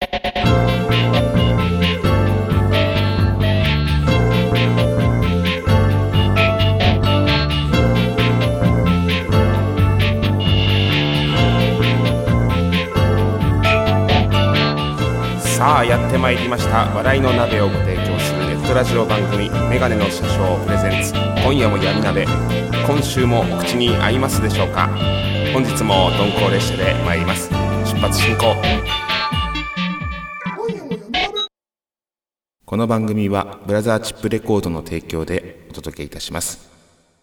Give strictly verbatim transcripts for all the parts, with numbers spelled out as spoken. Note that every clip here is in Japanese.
さあやってまいりました。笑いの鍋をご提供するネットラジオ番組メガネの社長プレゼンツ、今夜も闇鍋。今週もお口に合いますでしょうか。本日も鈍行列車で参ります。出発進行。この番組はブラザーチップレコードの提供でお届けいたします。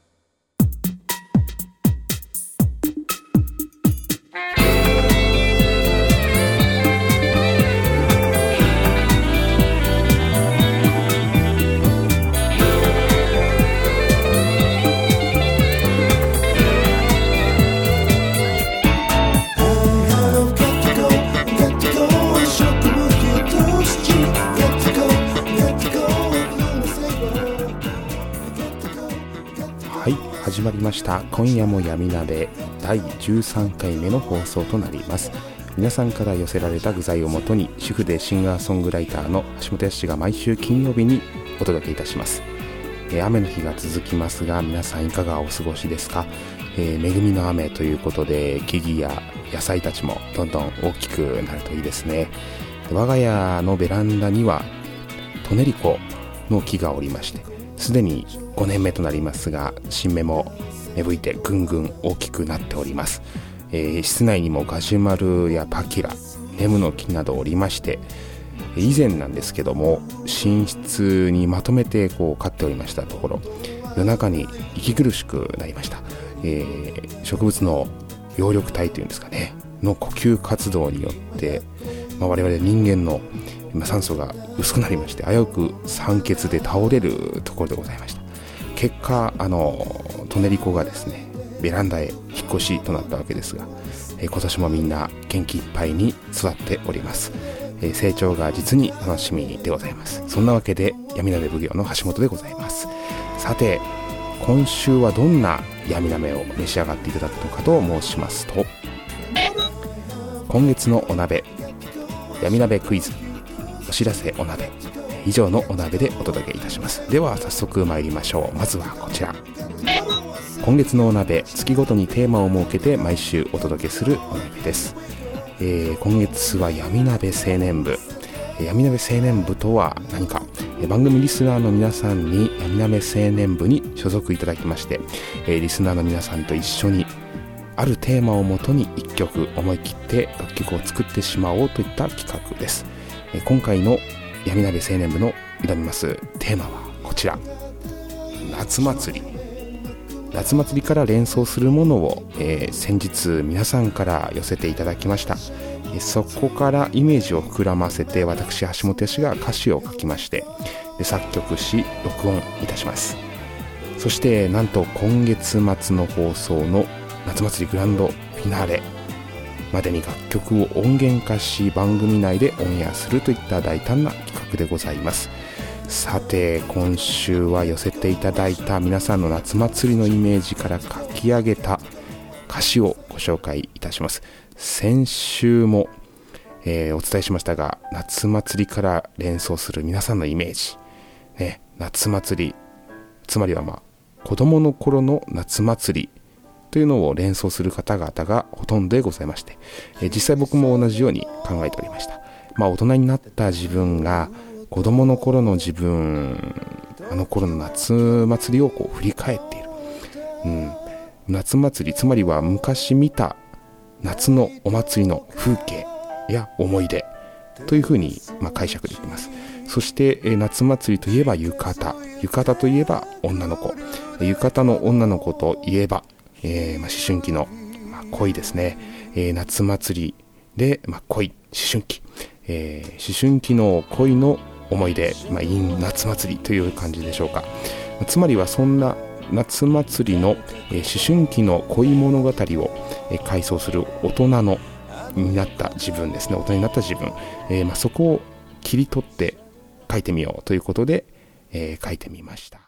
始まりました。今夜も闇鍋だいじゅうさんかいめの放送となります。皆さんから寄せられた具材をもとに主婦でシンガーソングライターの橋本康が毎週金曜日にお届けいたします。えー、雨の日が続きますが、皆さんいかがお過ごしですか。えー、恵みの雨ということで、木々や野菜たちもどんどん大きくなるといいですね。我が家のベランダにはトネリコの木がおりまして、すでにごねんめとなりますが、新芽も芽吹いてぐんぐん大きくなっております。えー、室内にもガジュマルやパキラ、ネムの木などおりまして、以前なんですけども寝室にまとめてこう飼っておりましたところ、夜中に息苦しくなりました。えー、植物の葉緑体というんですかねの呼吸活動によって、まあ、我々人間の酸素が薄くなりまして、危うく酸欠で倒れるところでございました。結果、あのトネリコがですねベランダへ引っ越しとなったわけですが、えー、今年もみんな元気いっぱいに育っております。えー、成長が実に楽しみでございます。そんなわけで闇鍋奉行の橋本でございます。さて、今週はどんな闇鍋を召し上がっていただくのかと申しますと、今月のお鍋闇鍋クイズ、お知らせお鍋、以上のお鍋でお届けいたします。では早速参りましょう。まずはこちら、今月のお鍋、月ごとにテーマを設けて毎週お届けするお鍋です。えー、今月は闇鍋青年部。闇鍋青年部とは何か、番組リスナーの皆さんに闇鍋青年部に所属いただきまして、リスナーの皆さんと一緒にあるテーマをもとにいっきょく思い切って楽曲を作ってしまおうといった企画です。今回の闇鍋青年部の挑みますテーマはこちら、夏祭り。夏祭りから連想するものを、えー、先日皆さんから寄せていただきました。えー、そこからイメージを膨らませて、私橋本氏が歌詞を書きまして、で作曲し録音いたします。そしてなんと今月末の放送の夏祭りグランドフィナーレまでに楽曲を音源化し、番組内でオンエアするといった大胆な企画でございます。さて、今週は寄せていただいた皆さんの夏祭りのイメージから書き上げた歌詞をご紹介いたします。先週も、えー、お伝えしましたが、夏祭りから連想する皆さんのイメージ、ね、夏祭り、つまりはまあ子供の頃の夏祭りというのを連想する方々がほとんどでございまして、えー、実際僕も同じように考えておりました。まあ、大人になった自分が子供の頃の自分、あの頃の夏祭りをこう振り返っている、うん、夏祭り、つまりは昔見た夏のお祭りの風景や思い出というふうに、まあ、解釈できます。そして、えー、夏祭りといえば浴衣、浴衣といえば女の子、浴衣の女の子といえば、えーまあ、思春期の、まあ、恋ですね。えー、夏祭りで、まあ、恋、思春期、えー、思春期の恋の思い出、まあ、いい夏祭りという感じでしょうか。つまりはそんな夏祭りの、えー、思春期の恋物語を、えー、回想する大人のになった自分ですね。大人になった自分、えーまあ、そこを切り取って書いてみようということで、えー、書いてみました。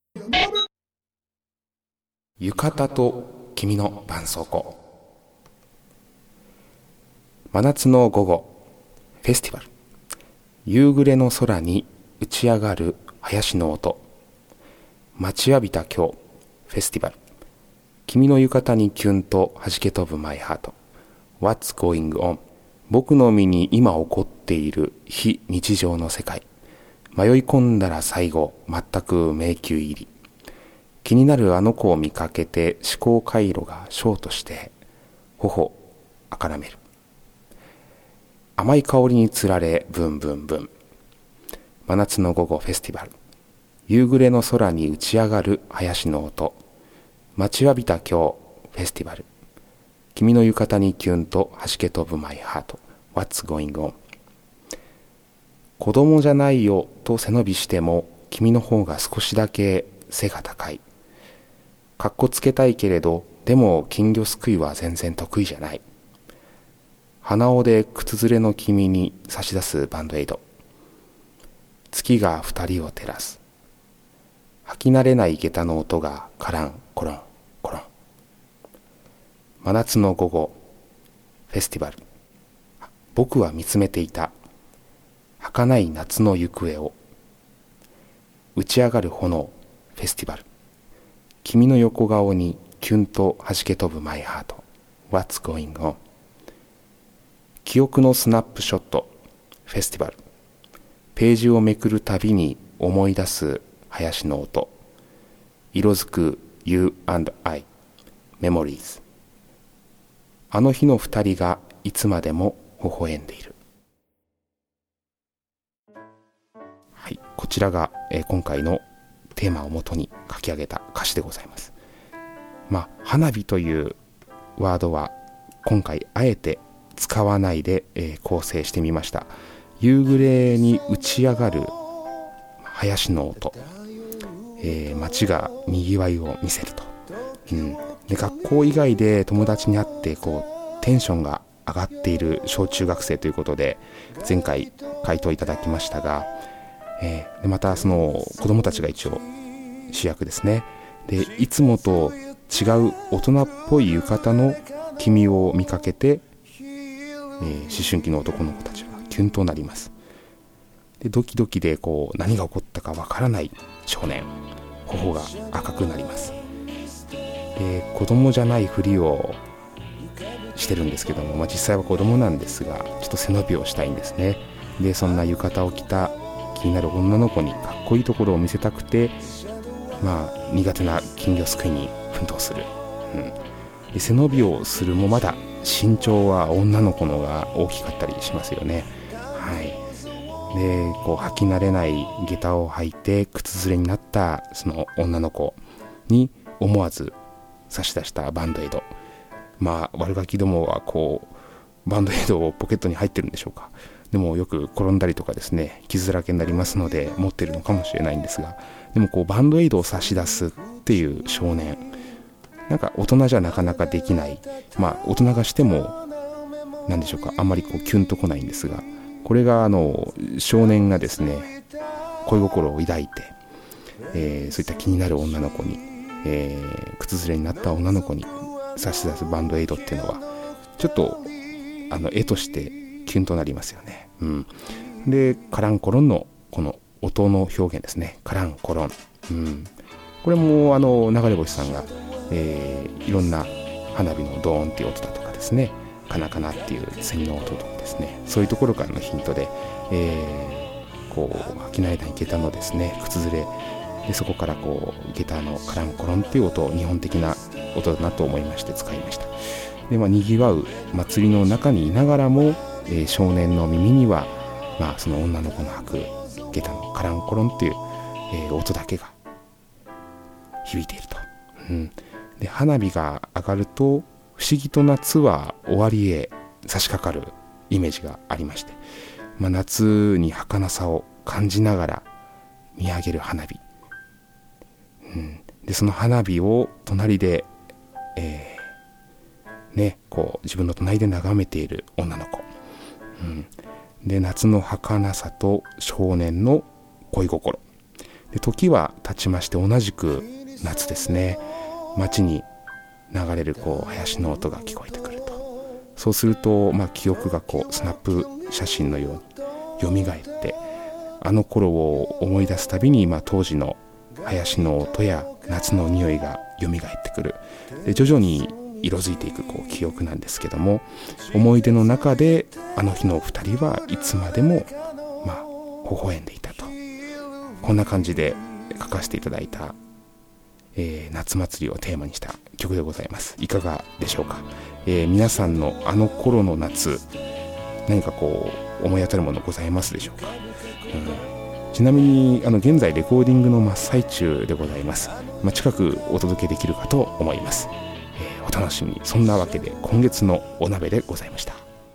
浴衣と君の絆創膏。真夏の午後、 フェスティバル。夕暮れの空に打ち上がる林の音。待ちわびた今日フェスティバル。君の浴衣にキュンと弾け飛ぶマイハート。What's going on？ 僕の身に今起こっている非日常の世界。迷い込んだら最後、全く迷宮入り。気になるあの子を見かけて思考回路がショートして頬あからめる。甘い香りにつられブンブンブン。真夏の午後フェスティバル。夕暮れの空に打ち上がる林の音。待ちわびた今日フェスティバル。君の浴衣にキュンと弾け飛ぶマイハート。What's going on？ 子供じゃないよと背伸びしても君の方が少しだけ背が高い。かっこつけたいけれど、でも金魚すくいは全然得意じゃない。鼻緒で靴ずれの君に差し出すバンドエイド。月が二人を照らす。履き慣れない下駄の音がカランコロンコロン。真夏の午後フェスティバル。僕は見つめていた儚い夏の行方を。打ち上がる炎フェスティバル。君の横顔にキュンと弾け飛ぶマイハート。What's going on？ 記憶のスナップショットフェスティバル。ページをめくるたびに思い出す林の音。色づく You and I Memories。あの日の二人がいつまでも微笑んでいる。はい、こちらが、えー、今回のテーマをもとに書き上げた歌詞でございます。まあ、花火というワードは今回あえて使わないで、えー、構成してみました。夕暮れに打ち上がる林の音、えー、街がにぎわいを見せると、うん、で学校以外で友達に会ってこうテンションが上がっている小中学生ということで前回回答いただきましたが、えー、でまたその子供たちが一応主役ですね。でいつもと違う大人っぽい浴衣の君を見かけて、えー、思春期の男の子たちはキュンとなります。でドキドキでこう何が起こったかわからない少年、頬が赤くなります。で子供じゃないふりをしてるんですけども、まあ、実際は子供なんですがちょっと背伸びをしたいんですね。でそんな浴衣を着た気になる女の子にかっこいいところを見せたくて、まあ苦手な金魚すくいに奮闘する、うん、で背伸びをするもまだ身長は女の子のが大きかったりしますよね。はい。でこう履き慣れない下駄を履いて靴ずれになったその女の子に思わず差し出したバンドエイド。まあ悪ガキどもはこうバンドエイドをポケットに入ってるんでしょうか。でもよく転んだりとかですね、傷だらけになりますので持ってるのかもしれないんですが、でもこうバンドエイドを差し出すっていう少年、なんか大人じゃなかなかできない、まあ大人がしてもなんでしょうか、あんまりこうキュンとこないんですが、これがあの少年がですね恋心を抱いて、えー、そういった気になる女の子に、えー、靴ずれになった女の子に差し出すバンドエイドっていうのはちょっとあの絵としてキュンとなりますよね。うん、でカランコロンのこの音の表現ですね。カランコロン、うん、これもあの流れ星さんが、えー、いろんな花火のドーンっていう音だとかですね、カナカナっていうセミの音とかですね、そういうところからのヒントで、えー、こう履き慣れない下駄のですね靴ずれで、そこからこう下駄のカランコロンっていう音、日本的な音だなと思いまして使いました。で、まあ、にぎわう祭りの中にいながらも、えー、少年の耳には、まあ、その女の子の履く下駄のカランコロンっていう、えー、音だけが響いていると、うん、で花火が上がると不思議と夏は終わりへ差し掛かるイメージがありまして、まあ、夏に儚さを感じながら見上げる花火、うん、でその花火を隣で、えー、ねこう自分の隣で眺めている女の子、うん、で夏の儚さと少年の恋心で、時は経ちまして同じく夏ですね。街に流れるこう林の音が聞こえてくると、そそうすると、まあ、記憶がこうスナップ写真のように蘇ってあの頃を思い出すたびに、まあ、当時の林の音や夏の匂いが蘇ってくる。で徐々に色づいていくこう記憶なんですけども、思い出の中であの日のふたりはいつまでも、まあ、微笑んでいたと、こんな感じで書かせていただいた、えー、夏祭りをテーマにした曲でございます。いかがでしょうか。えー、皆さんのあの頃の夏、何かこう思い当たるものございますでしょうか。うん、ちなみにあの現在レコーディングの真っ最中でございます。まあ、近くお届けできるかと思います。えー、お楽しみに。そんなわけで今月のお鍋でございました。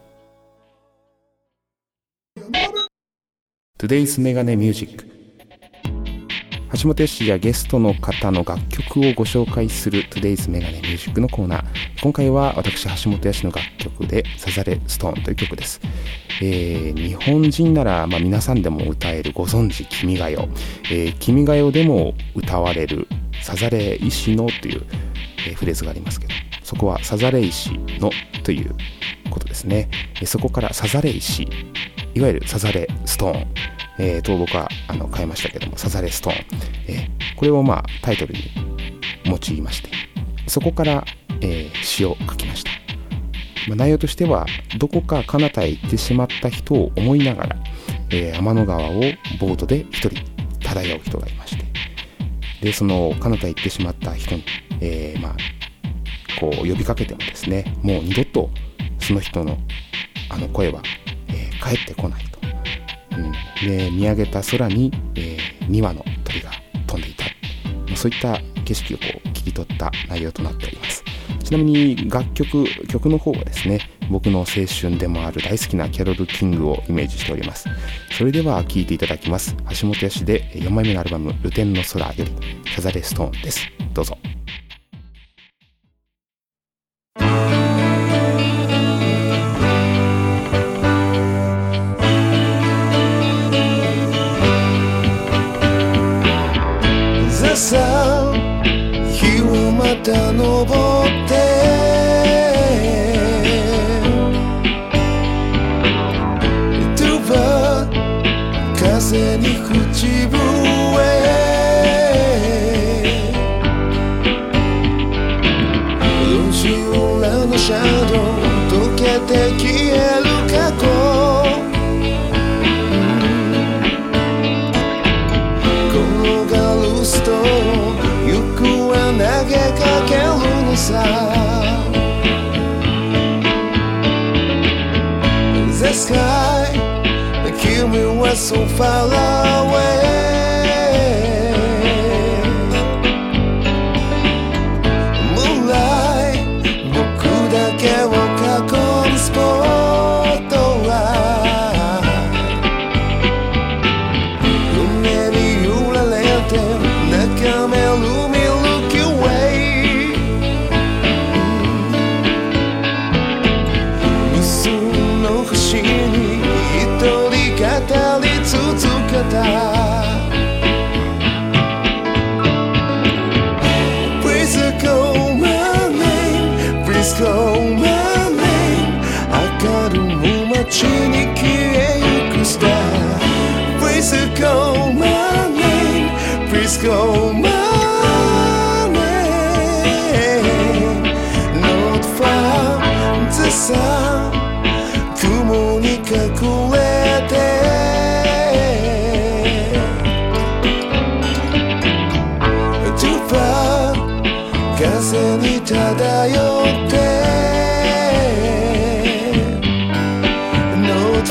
Today's メガネミュージック、橋本氏やゲストの方の楽曲をご紹介する Today's メガネミュージックのコーナー。今回は私橋本氏の楽曲でサザレストーンという曲です。えー、日本人なら、まあ、皆さんでも歌えるご存知君が代、えー、君が代でも歌われるサザレ石のという、えー、フレーズがありますけど、そこはサザレ石のということですね。えー、そこからサザレ石、いわゆるサザレストーン、えー、と僕はあの変えましたけども、サザレストーン、えー、これをまあタイトルに用いまして、そこから、えー、詩を書きました。まあ、内容としては、どこか彼方へ行ってしまった人を思いながら、えー、天の川をボートで一人漂う人がいまして、でその彼方へ行ってしまった人に、えー、まあこう呼びかけてもですね、もう二度とその人のあの声は、えー、帰ってこないと。うん、で見上げた空に、えー、に羽の鳥が飛んでいた、そういった景色をこう切り取った内容となっております。ちなみに楽曲曲の方はですね、僕の青春でもある大好きなキャロル・キングをイメージしております。それでは聴いていただきます。橋本康でよんまいめのアルバム「ルテンの空」よりサザレストーンです。どうぞ。 さあ日をまた昇ってとば風に口笛路地裏のシャドウ溶けて消える過去、行くは投げかけるのさ。 The sky 君は so far away、 Moonlight 僕だけを囲むスポットライト、夢に揺られて眺めるミルキーウェイ、無数の星に一人語り続けた。 Please call my name, please call my name、 明るむ街に消えゆくスター。 Please call my name, please call my name、 Not far the sun 雲に隠れてToo far 風に漂ってNot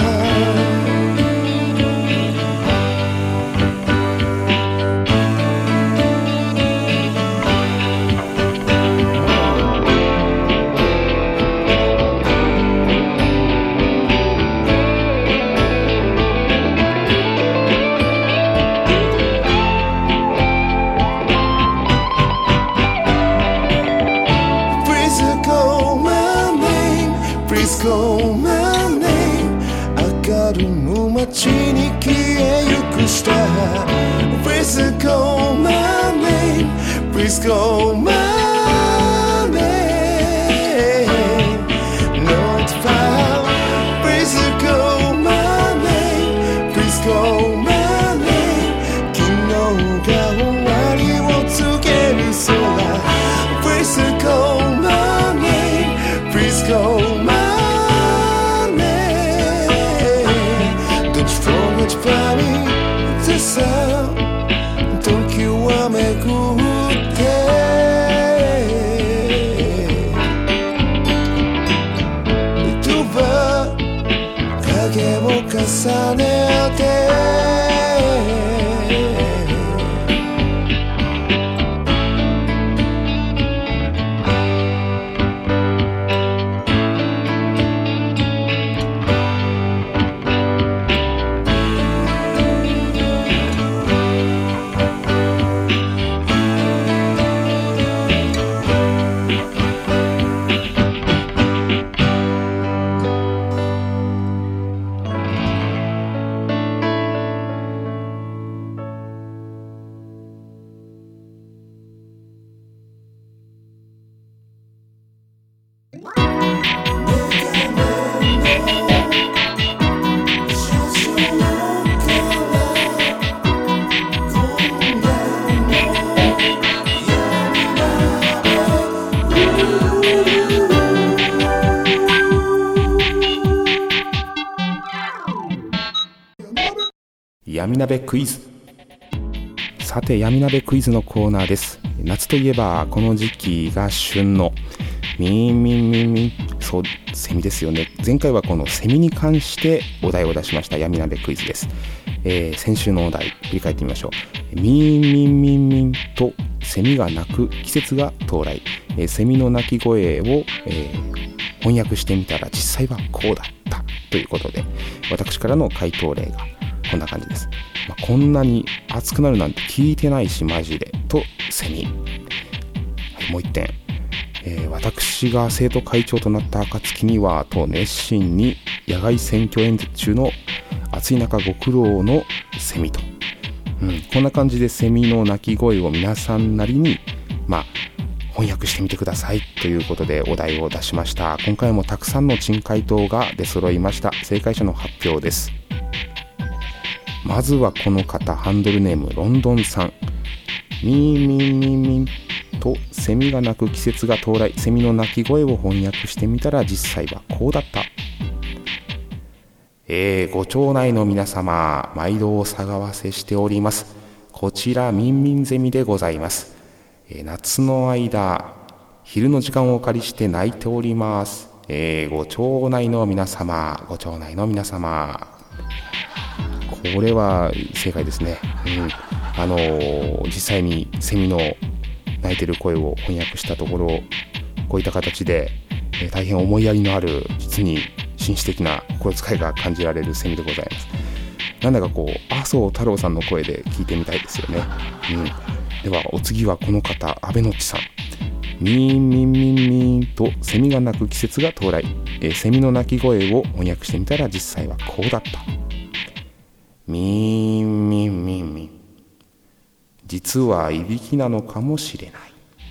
far。Call my name 明るむ街に消えゆくスター。 Please call my name, please call my name, 影を重ねて闇鍋クイズ。さて闇鍋クイズのコーナーです。夏といえばこの時期が旬のミンミンミンミン、そうセミですよね。前回はこのセミに関してお題を出しました闇鍋クイズです。えー、先週のお題振り返ってみましょう。ミンミンミンミンとセミが鳴く季節が到来、えー、セミの鳴き声を、えー、翻訳してみたら実際はこうだったということで、私からの回答例がこんな感じです。まあ、こんなに暑くなるなんて聞いてないしマジでとセミ、はい、もう一点、えー、私が生徒会長となった暁にはと熱心に野外選挙演説中の暑い中ご苦労のセミと、うん、こんな感じでセミの鳴き声を皆さんなりにまあ翻訳してみてくださいということでお題を出しました。今回もたくさんの珍回答が出揃いました。正解者の発表です。まずはこの方、ハンドルネームロンドンさん。ミーミンミンミンとセミが鳴く季節が到来、セミの鳴き声を翻訳してみたら実際はこうだった。えー、ご町内の皆様、毎度お騒がせしております。こちらミンミンゼミでございます。えー、夏の間昼の時間をお借りして鳴いております。えー、ご町内の皆様、ご町内の皆様、これは正解ですね。うん、あのー、実際にセミの鳴いてる声を翻訳したところ、こういった形で、えー、大変思いやりのある、実に紳士的な心遣いが感じられるセミでございます。なんだかこう麻生太郎さんの声で聞いてみたいですよね。うん、ではお次はこの方、阿部のっちさん。ミーンミンミンミンとセミが鳴く季節が到来、えー、セミの鳴き声を翻訳してみたら実際はこうだった。ミーンミンミンミン、実はいびきなのかもしれない。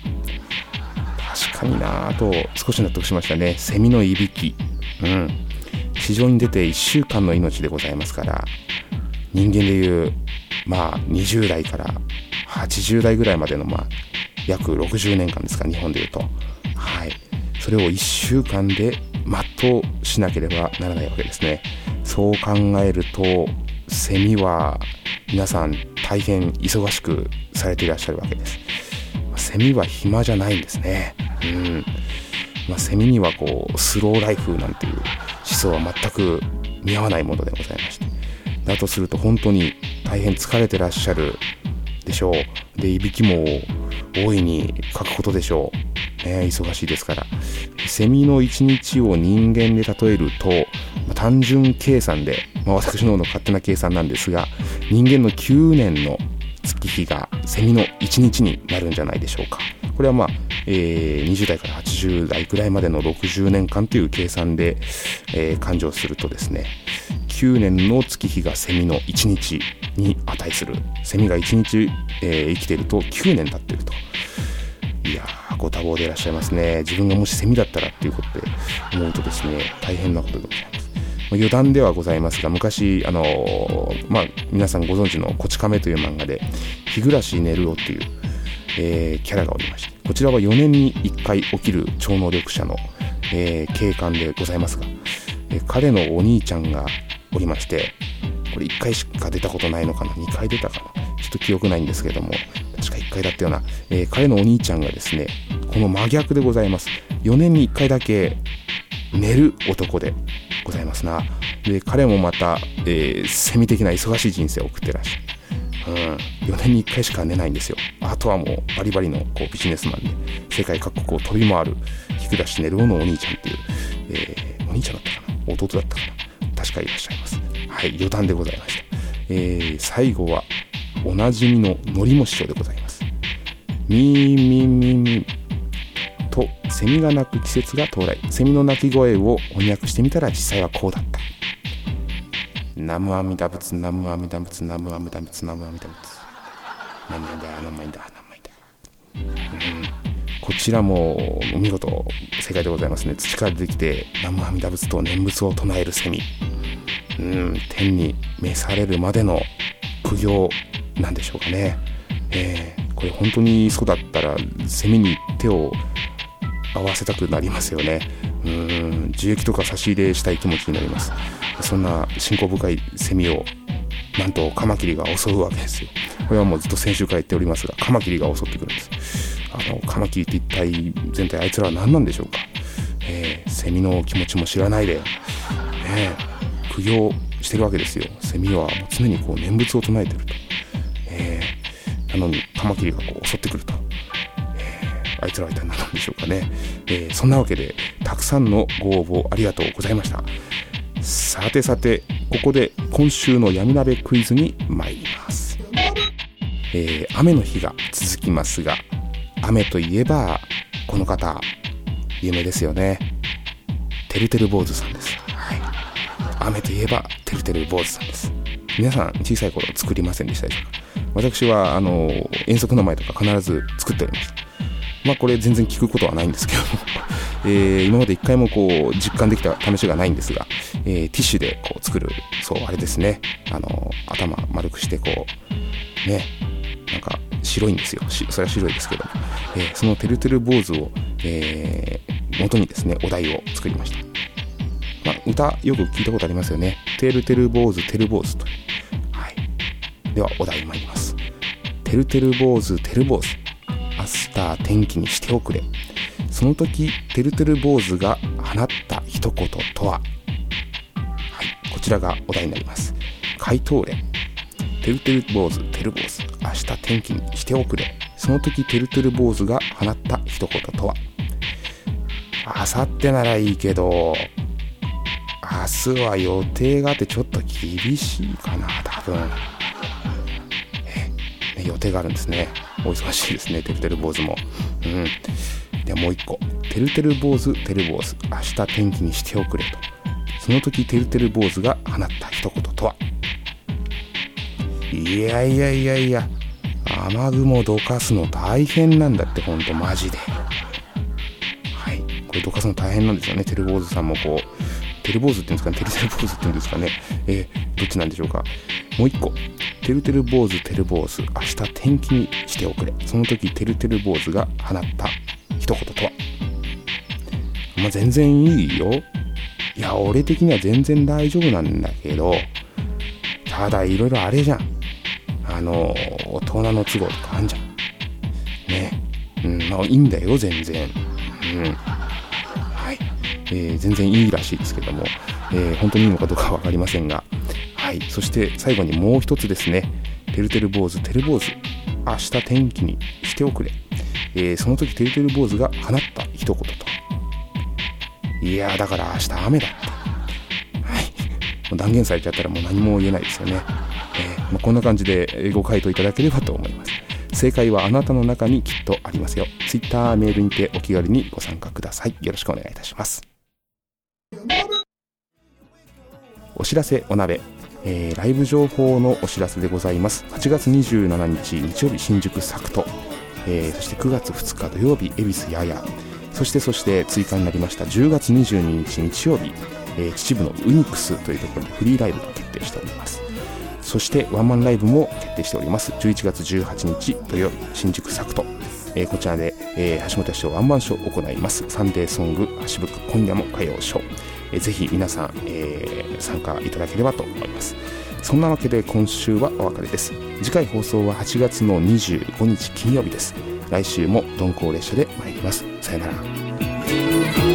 確かになぁと少し納得しましたね。セミのいびき、うん、地上に出ていっしゅうかんの命でございますから、人間でいうまあにじゅう代からはちじゅう代ぐらいまでのまあ約ろくじゅうねんかんですか、日本でいうと。はい、それをいっしゅうかんで全うしなければならないわけですね。そう考えるとセミは皆さん大変忙しくされていらっしゃるわけです。セミは暇じゃないんですね。うん、まあ、セミにはこうスローライフなんていう思想は全く見合わないものでございまして、だとすると本当に大変疲れてらっしゃるでしょう。でいびきも大いにかくことでしょう、ね、忙しいですから。セミの一日を人間で例えると、まあ、単純計算で、まあ、私の方の勝手な計算なんですが、人間のきゅうねんの月日がセミのいちにちになるんじゃないでしょうか。これはまあ、えー、にじゅう代からはちじゅう代くらいまでのろくじゅうねんかんという計算で、えー、勘定するとですね、きゅうねんの月日がセミのいちにちに値する。セミがいちにち、えー、生きているときゅうねん経っていると。いやー、ご多忙でいらっしゃいますね。自分がもしセミだったらっていうことで思うとですね、大変なことでございます。余談ではございますが、昔あのー、まあ皆さんご存知のこち亀という漫画で日暮ねるおっていう、えー、キャラがおりまして、こちらはよねんにいっかい起きる超能力者の、えー、警官でございますが、えー、彼のお兄ちゃんがおりまして、これいっかいしか出たことないのかな、にかい出たかな、ちょっと記憶ないんですけども、確かいっかいだったような、えー、彼のお兄ちゃんがですね、この真逆でございます。よねんにいっかいだけ寝る男でございますな。で彼もまた、えー、セミ的な忙しい人生を送ってらっしゃる、うん、よねんにいっかいしか寝ないんですよ。あとはもうバリバリのこうビジネスマンで世界各国を飛び回る菊田シネルオのお兄ちゃんっていう、えー、お兄ちゃんだったかな、弟だったかな、確かいらっしゃいます。はい、余談でございました。えー、最後はおなじみののりも師匠でございます。みーみーみーみーとセミが鳴く季節が到来。セミの鳴き声を翻訳してみたら実際はこうだった。ナムアミダ仏ナムアミダ仏ナムアミダ仏ナムアミダ仏ナムアミダナムアミダナムアミダ。こちらもお見事正解でございますね。土から出てきて南無阿弥陀仏と念仏を唱えるセミ、うん、天に召されるまでの苦行なんでしょうかね。えー、これ本当にそうだったらセミに手を合わせたくなりますよね。うん、樹液とか差し入れしたい気持ちになります。そんな信仰深いセミをなんとカマキリが襲うわけですよ。これはもうずっと先週から言っておりますが、カマキリが襲ってくるんです。あのカマキリって一体全体あいつらは何なんでしょうか。えー、セミの気持ちも知らないで、ね、苦行してるわけですよ。セミはもう常にこう念仏を唱えてると、えー、なのにカマキリがこう襲ってくると、えー、あいつらは一体何なんでしょうかね。えー、そんなわけでたくさんのご応募ありがとうございました。さてさて、ここで今週の闇鍋クイズに参ります。えー、雨の日が続きますが、雨といえばこの方有名ですよね。てるてる坊主さんです。はい、雨といえばてるてる坊主さんです。皆さん小さい頃作りませんでしたでしょうか。私はあの遠足の前とか必ず作っておりました。まあこれ全然聞くことはないんですけどえー、今まで一回もこう実感できた試しがないんですが、えー、ティッシュでこう作る、そうあれですね、あの頭丸くしてこうね、なんか白いんですよ。それは白いですけど、えー、そのてるてる坊主を、えー、元にですねお題を作りました。まあ、歌よく聞いたことありますよね。てるてる坊主てる坊主と、はい、ではお題参ります。てるてる坊主てる坊主、明日天気にしておくれ。その時てるてる坊主が放った一言とは。はい、こちらがお題になります。回答例。てるてる坊主てる坊主、明日天気にしておくれ。その時てるてる坊主が放った一言とは。あさってならいいけど明日は予定があってちょっと厳しいかな、多分。え予定があるんですね。お忙しいですね、てるてる坊主も。うん。でもう一個、てるてる坊主てる坊主、明日天気にしておくれと。その時てるてる坊主が放った一言とは。いやいやいやいや、雨雲どかすの大変なんだって、ほんとマジで。はい、これどかすの大変なんですよね。てる坊主さんもこう、てる坊主っていうんですかね、てるてる坊主っていうんですかね、えー、どっちなんでしょうか。もう一個、てるてる坊主てる坊主、明日天気にしておくれ。その時てるてる坊主が放った一言とは。まあ、全然いいよ。いや俺的には全然大丈夫なんだけど、ただいろいろあれじゃん、あの大人の都合とかあんじゃんね。うん、まあいいんだよ全然。うん、はい、えー、全然いいらしいですけども、えー、本当にいいのかどうかは分かりませんが、はい。そして最後にもう一つですね。てるてる坊主てる坊主、明日天気にしておくれ。えー、その時てるてる坊主が放った一言と。いやーだから明日雨だって、はい、断言されちゃったらもう何も言えないですよね。えーまあ、こんな感じでご回答いただければと思います。正解はあなたの中にきっとありますよ。ツイッターメールにてお気軽にご参加ください。よろしくお願いいたします。お知らせお鍋、えー、ライブ情報のお知らせでございます。はちがつにじゅうしちにち日曜日新宿サクト、えー、そしてくがつふつか土曜日恵比寿やや、そしてそして追加になりましたじゅうがつにじゅうににち日曜日、えー、秩父のウニクスというところでフリーライブが決定しております。そしてワンマンライブも決定しております。じゅういちがつじゅうはちにち土曜日新宿サクト、えー、こちらで、えー、橋本氏ワンマンショーを行います。サンデーソング橋吹く今夜も歌謡ショー、えー、ぜひ皆さん、えー、参加いただければと思います。そんなわけで今週はお別れです。次回放送ははちがつのにじゅうごにち金曜日です。来週も鈍行列車で参ります。さよなら。